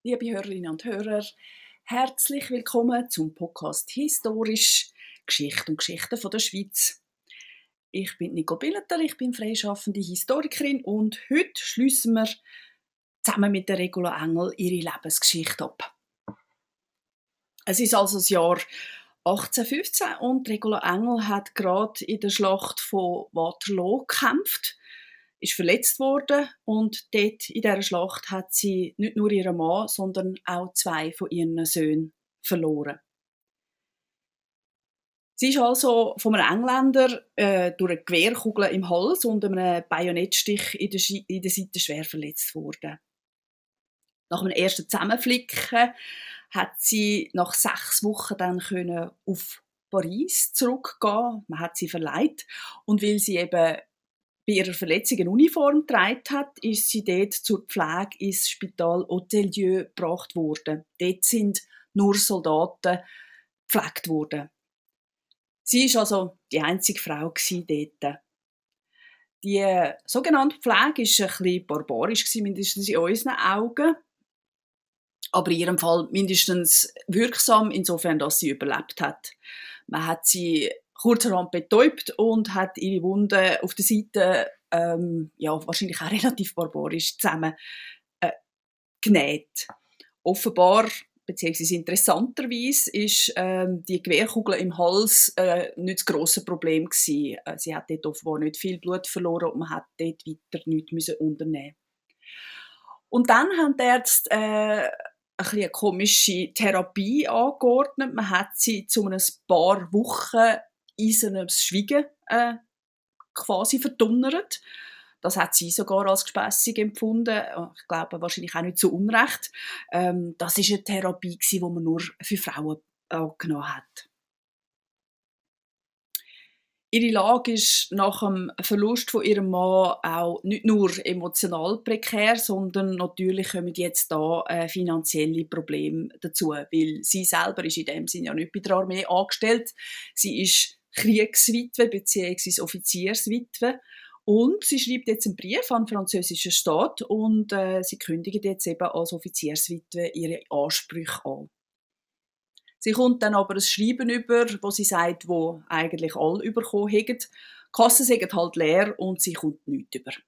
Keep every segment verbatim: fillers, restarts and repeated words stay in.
Liebe Hörerinnen und Hörer, herzlich willkommen zum Podcast «Historisch – Geschichte und Geschichten von der Schweiz». Ich bin Nicole Billeter, ich bin freischaffende Historikerin und heute schliessen wir zusammen mit der Regula Engel ihre Lebensgeschichte ab. Es ist also das Jahr achtzehnhundertfünfzehn und Regula Engel hat gerade in der Schlacht von Waterloo gekämpft, ist verletzt worden und dort in dieser Schlacht hat sie nicht nur ihren Mann, sondern auch zwei von ihren Söhnen verloren. Sie ist also von einem Engländer äh, durch eine Gewehrkugel im Hals und einem Bajonettstich in der, Schi- in der Seite schwer verletzt worden. Nach dem ersten Zusammenflicken hat sie nach sechs Wochen dann können auf Paris zurückgehen. Man hat sie verleiht und weil sie eben bei ihrer Verletzung eine Uniform getragen hat, ist sie dort zur Pflege ins Spital Hôtel-Dieu gebracht worden. Dort sind nur Soldaten gepflegt worden. Sie war also die einzige Frau dort. Die äh, sogenannte Pflege war ein bisschen barbarisch, mindestens in unseren Augen. Aber in ihrem Fall mindestens wirksam, insofern, dass sie überlebt hat. Man hat sie kurzerhand betäubt und hat ihre Wunden auf der Seite ähm, ja, wahrscheinlich auch relativ barbarisch zusammen äh, genäht. Offenbar, beziehungsweise interessanterweise, ist ähm, die Gewehrkugel im Hals äh, nicht das grosse Problem gewesen. Äh, sie hat dort offenbar nicht viel Blut verloren und man hat dort weiter nichts müssen unternehmen. Und dann haben die Ärzte äh, ein eine komische Therapie angeordnet. Man hat sie zu ein paar Wochen in einem Schweigen äh, quasi verdunnert. Das hat sie sogar als gespässig empfunden. Ich glaube, wahrscheinlich auch nicht zu Unrecht. Ähm, das war eine Therapie, die man nur für Frauen angenommen hat. Ihre Lage ist nach dem Verlust von ihrem Mann auch nicht nur emotional prekär, sondern natürlich kommen jetzt da äh, finanzielle Probleme dazu, weil sie selber ist in dem Sinne ja nicht bei der Armee angestellt. Sie ist Kriegswitwe bzw. Offizierswitwe und sie schreibt jetzt einen Brief an den französischen Staat und äh, sie kündigt jetzt eben als Offizierswitwe ihre Ansprüche an. Sie kommt dann aber ein Schreiben über, wo sie sagt, wo eigentlich alle bekommen haben. Die Kassen sind halt leer und sie kommt nichts über.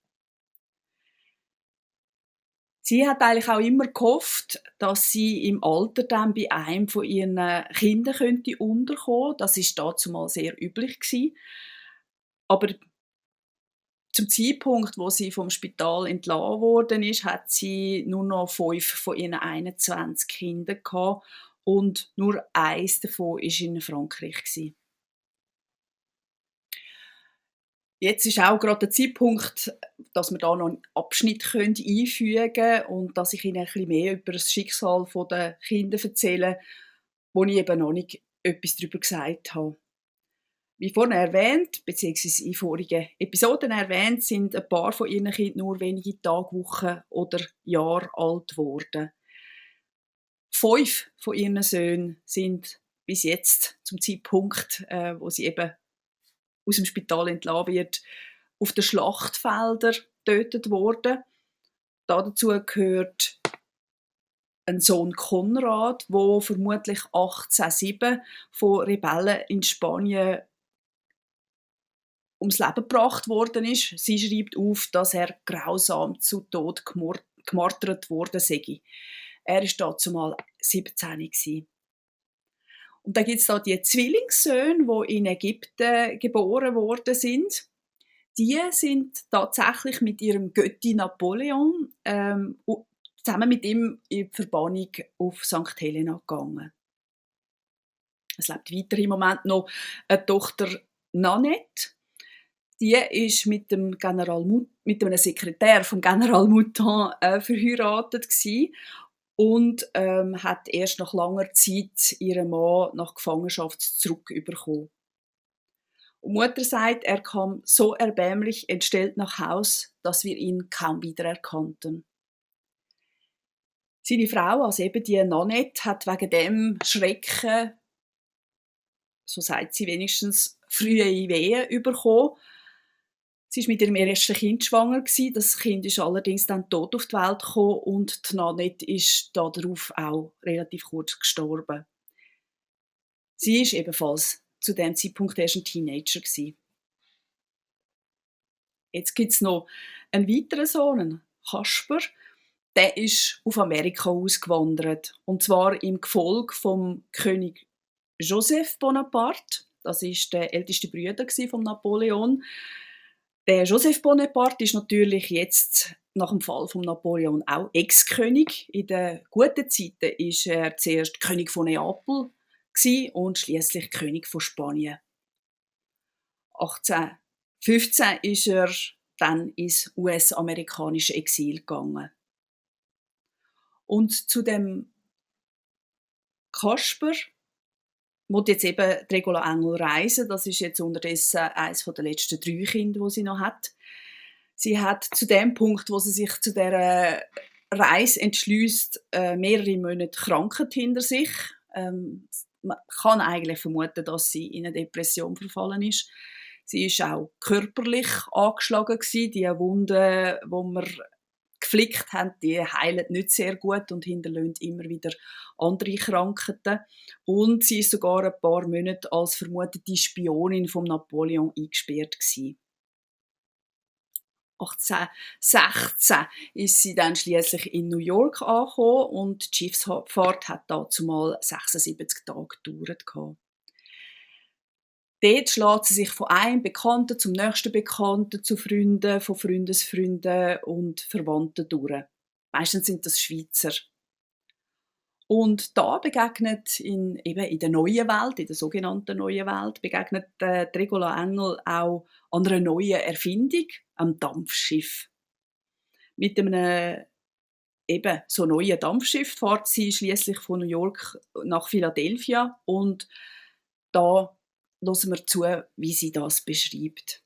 Sie hat eigentlich auch immer gehofft, dass sie im Alter dann bei einem von ihren Kindern könnte unterkommen. Das war dazumal sehr üblich gewesen. Aber zum Zeitpunkt, wo sie vom Spital entlassen worden ist, hat sie nur noch fünf von ihren einundzwanzig Kindern gehabt. Und nur eins davon war in Frankreich. Jetzt ist auch gerade der Zeitpunkt, dass wir da noch einen Abschnitt einfügen können und dass ich Ihnen ein bisschen mehr über das Schicksal der Kinder erzähle, wo ich eben noch nicht etwas darüber gesagt habe. Wie vorhin erwähnt, beziehungsweise in vorigen Episoden erwähnt, sind ein paar von ihren Kindern nur wenige Tage, Wochen oder Jahre alt geworden. Fünf von ihren Söhnen sind bis jetzt, zum Zeitpunkt, äh, wo sie eben aus dem Spital entlassen wird, auf den Schlachtfeldern getötet worden. Dazu gehört ein Sohn Konrad, der vermutlich achtzehnhundertsieben von Rebellen in Spanien ums Leben gebracht worden ist. Sie schreibt auf, dass er grausam zu Tod gemartert worden sei. Er war dazumal siebzehn. Und dann gibt es da die Zwillingssöhne, die in Ägypten geboren worden sind. Die sind tatsächlich mit ihrem Götti Napoleon ähm, zusammen mit ihm in die Verbannung auf Sankt Helena gegangen. Es lebt weiter im Moment noch eine Tochter Nanette. Die ist mit dem General Mut, mit einem Sekretär vom General Mouton äh, verheiratet gewesen. Und ähm, hat erst nach langer Zeit ihren Mann nach Gefangenschaft zurückbekommen. Und Mutter sagt, er kam so erbärmlich entstellt nach Haus, dass wir ihn kaum wiedererkannten. Seine Frau, also eben die Nanette, hat wegen dem Schrecken, so sagt sie wenigstens, frühe Wehen bekommen. Sie war mit ihrem ersten Kind schwanger. Das Kind ist allerdings dann tot auf die Welt gekommen und die Nanette ist darauf auch relativ kurz gestorben. Sie ist ebenfalls zu dem Zeitpunkt erst ein Teenager gewesen. Jetzt gibt es noch einen weiteren Sohn, einen Kasper. Der ist auf Amerika ausgewandert. Und zwar im Gefolge vom König Joseph Bonaparte. Das ist der älteste Bruder von Napoleon. Der Joseph Bonaparte ist natürlich jetzt nach dem Fall von Napoleon auch Ex-König. In den guten Zeiten war er zuerst König von Neapel und schließlich König von Spanien. achtzehnhundertfünfzehn ist er dann ins U S-amerikanische Exil gegangen. Und zu dem Kasper will jetzt eben Regula Engel reisen. Das ist jetzt unterdessen eines der letzten drei Kinder, die sie noch hat. Sie hat zu dem Punkt, wo sie sich zu dieser Reise entschließt, mehrere Monate Krankheit hinter sich. Ähm, man kann eigentlich vermuten, dass sie in eine Depression verfallen ist. Sie ist auch körperlich angeschlagen gewesen. Die Wunden, die wir geflickt haben, die heilen nicht sehr gut und hinterlassen immer wieder andere Krankheiten. Und sie ist sogar ein paar Monate als vermutete Spionin von Napoleon eingesperrt gewesen. achtzehnhundertsechzehn ist sie dann schließlich in New York angekommen und die Schiffsfahrt hat dazu mal sechsundsiebzig Tage gedauert. Dort schlägt sie sich von einem Bekannten zum nächsten Bekannten, zu Freunden, von Freundesfreunden und Verwandten durch. Meistens sind das Schweizer. Und da begegnet in, eben in der neuen Welt, in der sogenannten neuen Welt, begegnet äh, Regula Engel auch an einer neuen Erfindung, am Dampfschiff. Mit einem eben so neuen Dampfschiff fährt sie schließlich von New York nach Philadelphia und da hören wir zu, wie sie das beschreibt.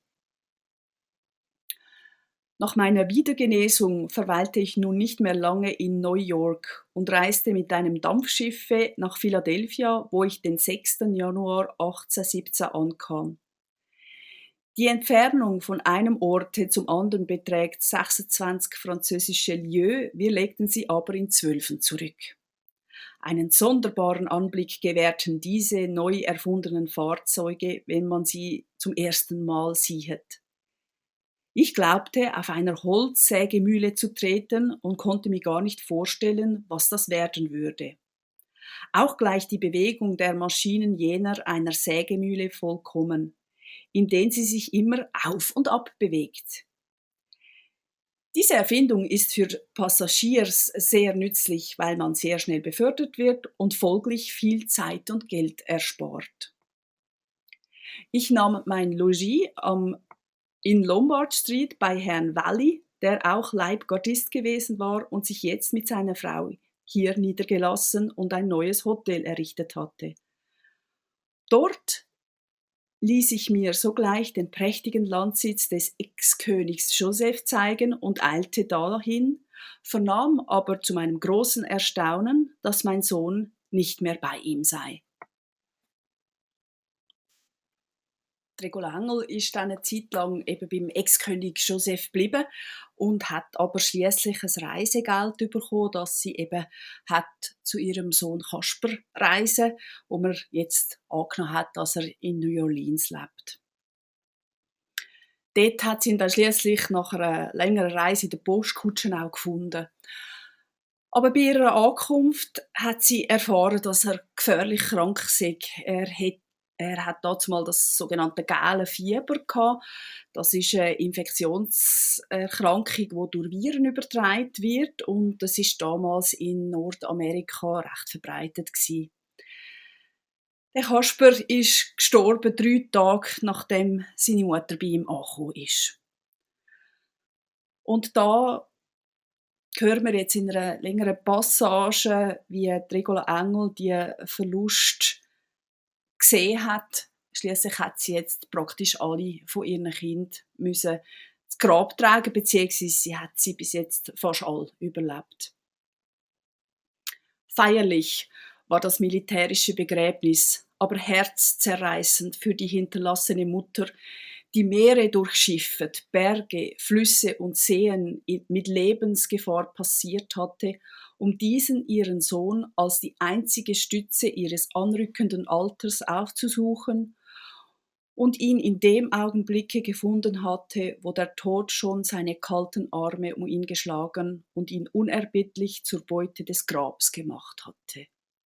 Nach meiner Wiedergenesung verweilte ich nun nicht mehr lange in New York und reiste mit einem Dampfschiffe nach Philadelphia, wo ich den sechsten Januar achtzehnhundertsiebzehn ankam. Die Entfernung von einem Orte zum anderen beträgt sechsundzwanzig französische Lieues, wir legten sie aber in zwölfen zurück. Einen sonderbaren Anblick gewährten diese neu erfundenen Fahrzeuge, wenn man sie zum ersten Mal sieht. Ich glaubte, auf einer Holzsägemühle zu treten und konnte mir gar nicht vorstellen, was das werden würde. Auch gleicht die Bewegung der Maschinen jener einer Sägemühle vollkommen, indem sie sich immer auf und ab bewegt. Diese Erfindung ist für Passagiers sehr nützlich, weil man sehr schnell befördert wird und folglich viel Zeit und Geld erspart. Ich nahm mein Logis am, in Lombard Street bei Herrn Valli, der auch Leibgardist gewesen war und sich jetzt mit seiner Frau hier niedergelassen und ein neues Hotel errichtet hatte. Dort ließ ich mir sogleich den prächtigen Landsitz des Ex-Königs Joseph zeigen und eilte dahin, vernahm aber zu meinem großen Erstaunen, dass mein Sohn nicht mehr bei ihm sei. Regula Engel ist dann eine Zeit lang eben beim Ex-König Joseph geblieben und hat aber schließlich ein Reisegeld bekommen, das sie eben hat zu ihrem Sohn Kasper reisen, wo man jetzt angenommen hat, dass er in New Orleans lebt. Dort hat sie ihn dann schließlich nach einer längeren Reise in der Postkutsche auch gefunden. Aber bei ihrer Ankunft hat sie erfahren, dass er gefährlich krank sei. Er hat Er hat dazu mal das sogenannte gelbe Fieber gehabt. Das ist eine Infektionserkrankung, die durch Viren übertragen wird und das ist damals in Nordamerika recht verbreitet gewesen. Der Kasper ist gestorben drei Tage, nachdem seine Mutter bei ihm angekommen ist. Und da hören wir jetzt in einer längeren Passage, wie Regula Engel die Verlust gesehen hat. Schliesslich hat sie jetzt praktisch alle von ihren Kindern müssen das Grab tragen, beziehungsweise sie hat sie bis jetzt fast alle überlebt. Feierlich war das militärische Begräbnis, aber herzzerreißend für die hinterlassene Mutter, die Meere durchschiffet, Berge, Flüsse und Seen mit Lebensgefahr passiert hatte, um diesen ihren Sohn als die einzige Stütze ihres anrückenden Alters aufzusuchen und ihn in dem Augenblicke gefunden hatte, wo der Tod schon seine kalten Arme um ihn geschlagen und ihn unerbittlich zur Beute des Grabs gemacht hatte.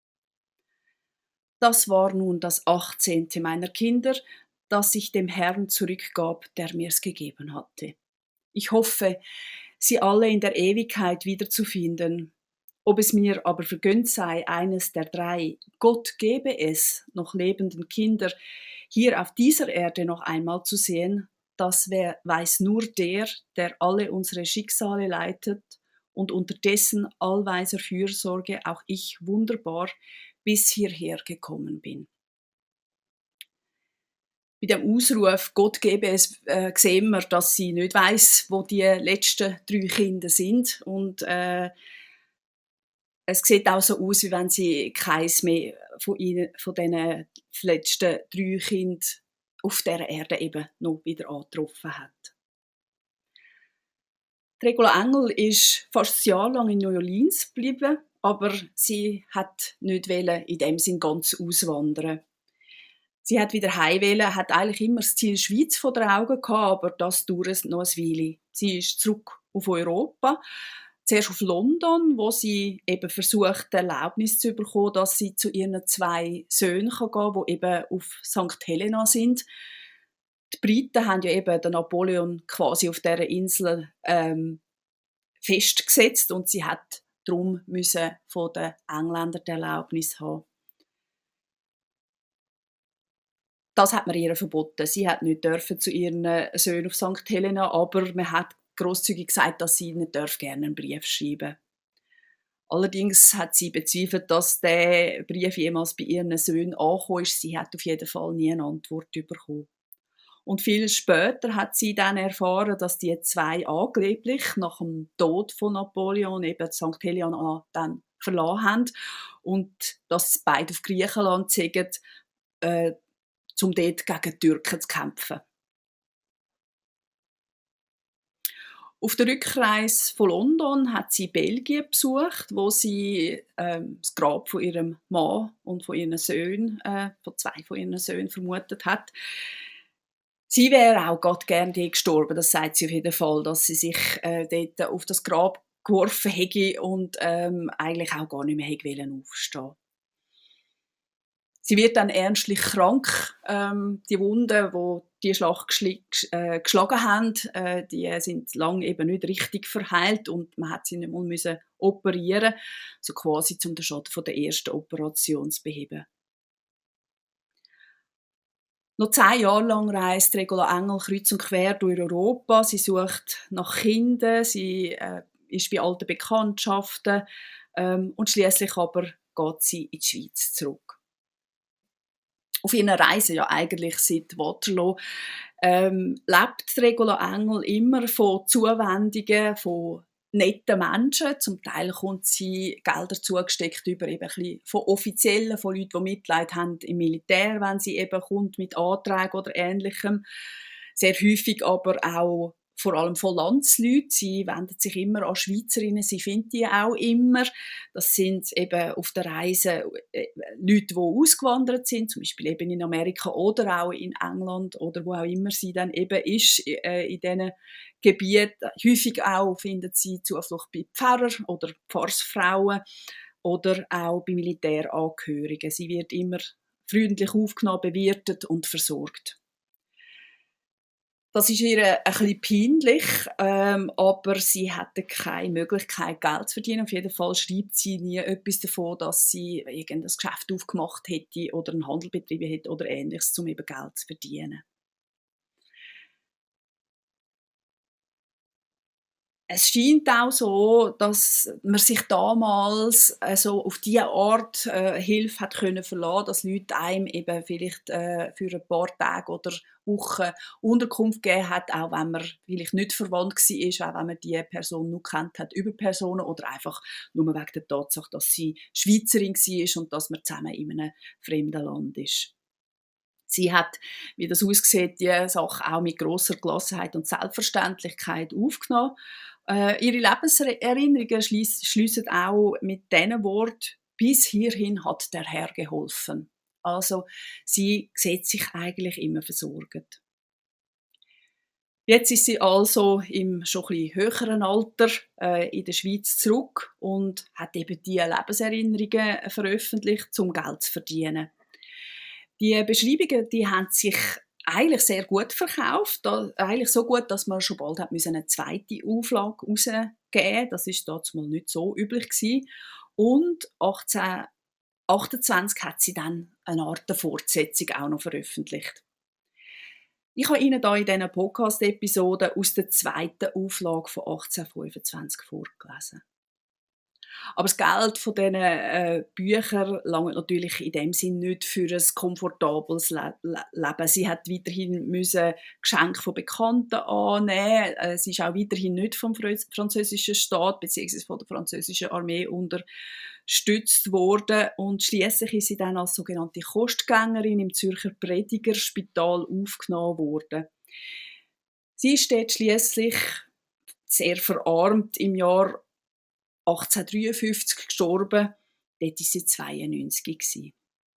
Das war nun das achtzehnte meiner Kinder, das ich dem Herrn zurückgab, der mir's gegeben hatte. Ich hoffe, sie alle in der Ewigkeit wiederzufinden. Ob es mir aber vergönnt sei, eines der drei, Gott gebe es, noch lebenden Kinder, hier auf dieser Erde noch einmal zu sehen, das weiß nur der, der alle unsere Schicksale leitet und unter dessen allweiser Fürsorge auch ich wunderbar bis hierher gekommen bin. Bei dem Ausruf «Gott gebe es» äh, sehen wir, dass sie nicht weiss, wo die letzten drei Kinder sind. Und äh, es sieht auch so aus, wie wenn sie keins mehr von, ihnen, von diesen letzten drei Kindern auf dieser Erde eben noch wieder angetroffen hat. Die Regula Engel ist fast ein Jahr lang in New Orleans geblieben, aber sie hat nicht in dem Sinn ganz auswandern. Sie hat wieder heim wollen, hat eigentlich immer das Ziel Schweiz vor den Augen gehabt, aber das dauert noch ein Weile. Sie ist zurück auf Europa, zuerst auf London, wo sie eben versucht, die Erlaubnis zu bekommen, dass sie zu ihren zwei Söhnen gehen kann, die eben auf Sankt Helena sind. Die Briten haben ja eben den Napoleon quasi auf dieser Insel ähm, festgesetzt und sie hat darum müssen von den Engländern die Erlaubnis haben. Das hat man ihr verboten. Sie hat nicht dürfen zu ihren Söhnen auf Sankt Helena, aber man hat grosszügig gesagt, dass sie ihnen gerne einen Brief schreiben. Allerdings hat sie bezweifelt, dass der Brief jemals bei ihren Söhnen angekommen ist. Sie hat auf jeden Fall nie eine Antwort bekommen. Und viel später hat sie dann erfahren, dass die zwei angeblich nach dem Tod von Napoleon eben Sankt Helena dann verlassen haben und dass beide auf Griechenland sind, äh, um dort gegen die Türken zu kämpfen. Auf der Rückreise von London hat sie Belgien besucht, wo sie äh, das Grab von ihrem Mann und von ihren Söhnen, äh, von zwei von ihren Söhnen vermutet hat. Sie wäre auch Gott gerne gestorben, das sagt sie auf jeden Fall, dass sie sich äh, dort auf das Grab geworfen hätte und ähm, eigentlich auch gar nicht mehr hätte aufstehen. Sie wird dann ernstlich krank. Ähm, die Wunden, wo die Schlacht geschl äh, geschlagen haben, äh, die sind lange eben nicht richtig verheilt und man hat sie nicht mal müssen operieren, so quasi um den Schaden von der ersten Operation zu beheben. Noch zehn Jahre lang reist Regula Engel kreuz und quer durch Europa. Sie sucht nach Kindern, sie äh, ist bei alten Bekanntschaften ähm, und schließlich aber geht sie in die Schweiz zurück. Auf ihrer Reise, ja eigentlich seit Waterloo, ähm, lebt Regula Engel immer von Zuwendungen, von netten Menschen. Zum Teil kommt sie Gelder zugesteckt über eben ein bisschen von Offiziellen, von Leuten, die Mitleid haben im Militär, wenn sie eben kommt mit Anträgen oder Ähnlichem. Sehr häufig aber auch vor allem von Landsleuten. Sie wendet sich immer an Schweizerinnen, sie findet die auch immer. Das sind eben auf der Reise Leute, die ausgewandert sind, zum Beispiel eben in Amerika oder auch in England oder wo auch immer sie dann eben ist, äh, in diesen Gebieten. Häufig auch findet sie Zuflucht bei Pfarrern oder Pfarrersfrauen oder auch bei Militärangehörigen. Sie wird immer freundlich aufgenommen, bewirtet und versorgt. Das ist ihr ein bisschen peinlich, ähm, aber sie hatte keine Möglichkeit, Geld zu verdienen. Auf jeden Fall schreibt sie nie etwas davon, dass sie irgendein Geschäft aufgemacht hätte oder einen Handel betrieben hätte oder Ähnliches, um eben Geld zu verdienen. Es scheint auch so, dass man sich damals äh, so auf diese Art äh, Hilfe hat können verlassen, dass Leute einem eben vielleicht äh, für ein paar Tage oder Wochen Unterkunft gegeben hat, auch wenn man vielleicht nicht verwandt war, auch wenn man die Person nur kennt hat über Personen oder einfach nur wegen der Tatsache, dass sie Schweizerin war und dass man zusammen in einem fremden Land ist. Sie hat, wie das aussieht, die Sache auch mit grosser Gelassenheit und Selbstverständlichkeit aufgenommen. Äh, ihre Lebenserinnerungen schliess, schliessen auch mit diesen Worten: «Bis hierhin hat der Herr geholfen.» Also, sie sieht sich eigentlich immer versorgt. Jetzt ist sie also im schon ein bisschen höheren Alter äh, in der Schweiz zurück und hat eben diese Lebenserinnerungen veröffentlicht, um Geld zu verdienen. Die Beschreibungen, die haben sich eigentlich sehr gut verkauft, da, eigentlich so gut, dass man schon bald hat müssen eine zweite Auflage herausgeben. Das ist damals nicht so üblich gewesen. Und achtzehnhundertachtundzwanzig hat sie dann eine Art der Fortsetzung auch noch veröffentlicht. Ich habe Ihnen hier in diesen Podcast-Episoden aus der zweiten Auflage von achtzehnhundertfünfundzwanzig vorgelesen. Aber das Geld von diesen äh, Büchern langt natürlich in dem Sinn nicht für ein komfortables Le Le Leben. Sie hat weiterhin müssen Geschenke von Bekannten annehmen. Äh, sie ist auch weiterhin nicht vom französischen Staat bzw. von der französischen Armee unterstützt worden. Und schließlich ist sie dann als sogenannte Kostgängerin im Zürcher Predigerspital aufgenommen worden. Sie ist dort schließlich sehr verarmt im Jahr achtzehnhundertdreiundfünfzig gestorben, dort war sie zweiundneunzig.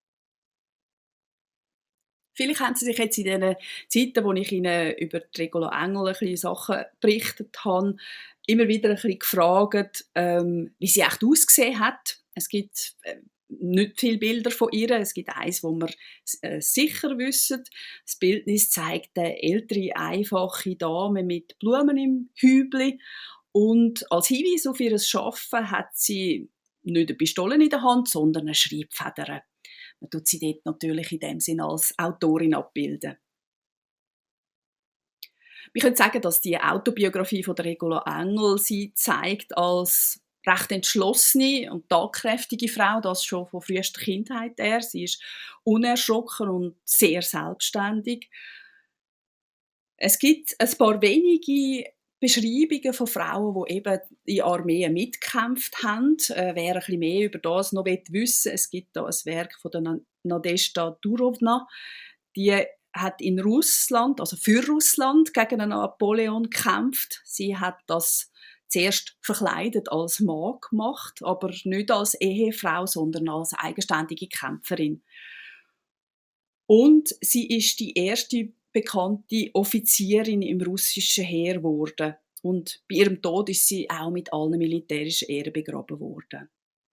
Vielleicht haben Sie sich jetzt in den Zeiten, wo ich Ihnen über die Regula Engel ein bisschen Sachen berichtet habe, immer wieder ein bisschen gefragt, ähm, wie sie echt ausgesehen hat. Es gibt äh, nicht viele Bilder von ihr. Es gibt eins, wo wir äh, sicher wissen. Das Bildnis zeigt eine ältere, einfache Dame mit Blumen im Hübli. Und als Hinweis auf ihr Arbeiten hat sie nicht eine Pistole in der Hand, sondern eine Schreibfeder. Man tut sie dort natürlich in dem Sinne als Autorin abbilden. Wir können sagen, dass die Autobiografie von der Regula Engel sie zeigt als recht entschlossene und tatkräftige Frau, das schon von frühester Kindheit her. Sie ist unerschrocken und sehr selbstständig. Es gibt ein paar wenige Beschreibungen von Frauen, die eben in Armeen mitgekämpft haben. Äh, wer ein bisschen mehr über das noch wissen will, es gibt da ein Werk von der Nadezhda Durovna. Die hat in Russland, also für Russland, gegen Napoleon gekämpft. Sie hat das zuerst verkleidet als Mann gemacht, aber nicht als Ehefrau, sondern als eigenständige Kämpferin. Und sie ist die erste bekannte Offizierin im russischen Heer geworden. Und bei ihrem Tod ist sie auch mit allen militärischen Ehren begraben worden.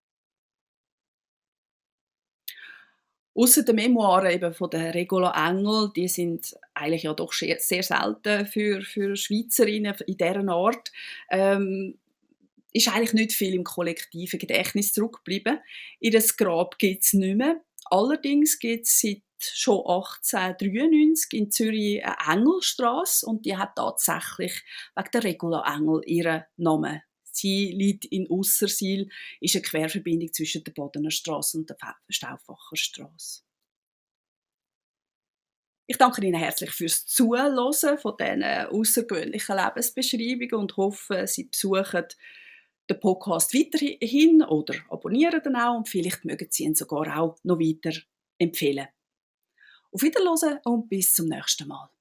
Ausser den Memoiren eben von der Regula Engel, die sind eigentlich ja doch sehr, sehr selten für, für Schweizerinnen in dieser Art, ähm, ist eigentlich nicht viel im kollektiven Gedächtnis zurückgeblieben. Ihr Grab gibt es nicht mehr. Allerdings gibt es seit schon achtzehnhundertdreiundneunzig in Zürich eine Engelstrasse und die hat tatsächlich wegen der Regula Engel ihren Namen. Sie liegt in Aussersil, ist eine Querverbindung zwischen der Bodener Strasse und der Stauffacher Strasse. Ich danke Ihnen herzlich fürs Zuhören von diesen außergewöhnlichen Lebensbeschreibungen und hoffe, Sie besuchen den Podcast weiterhin oder abonnieren ihn auch und vielleicht mögen Sie ihn sogar auch noch weiter empfehlen. Auf Wiederhören und bis zum nächsten Mal.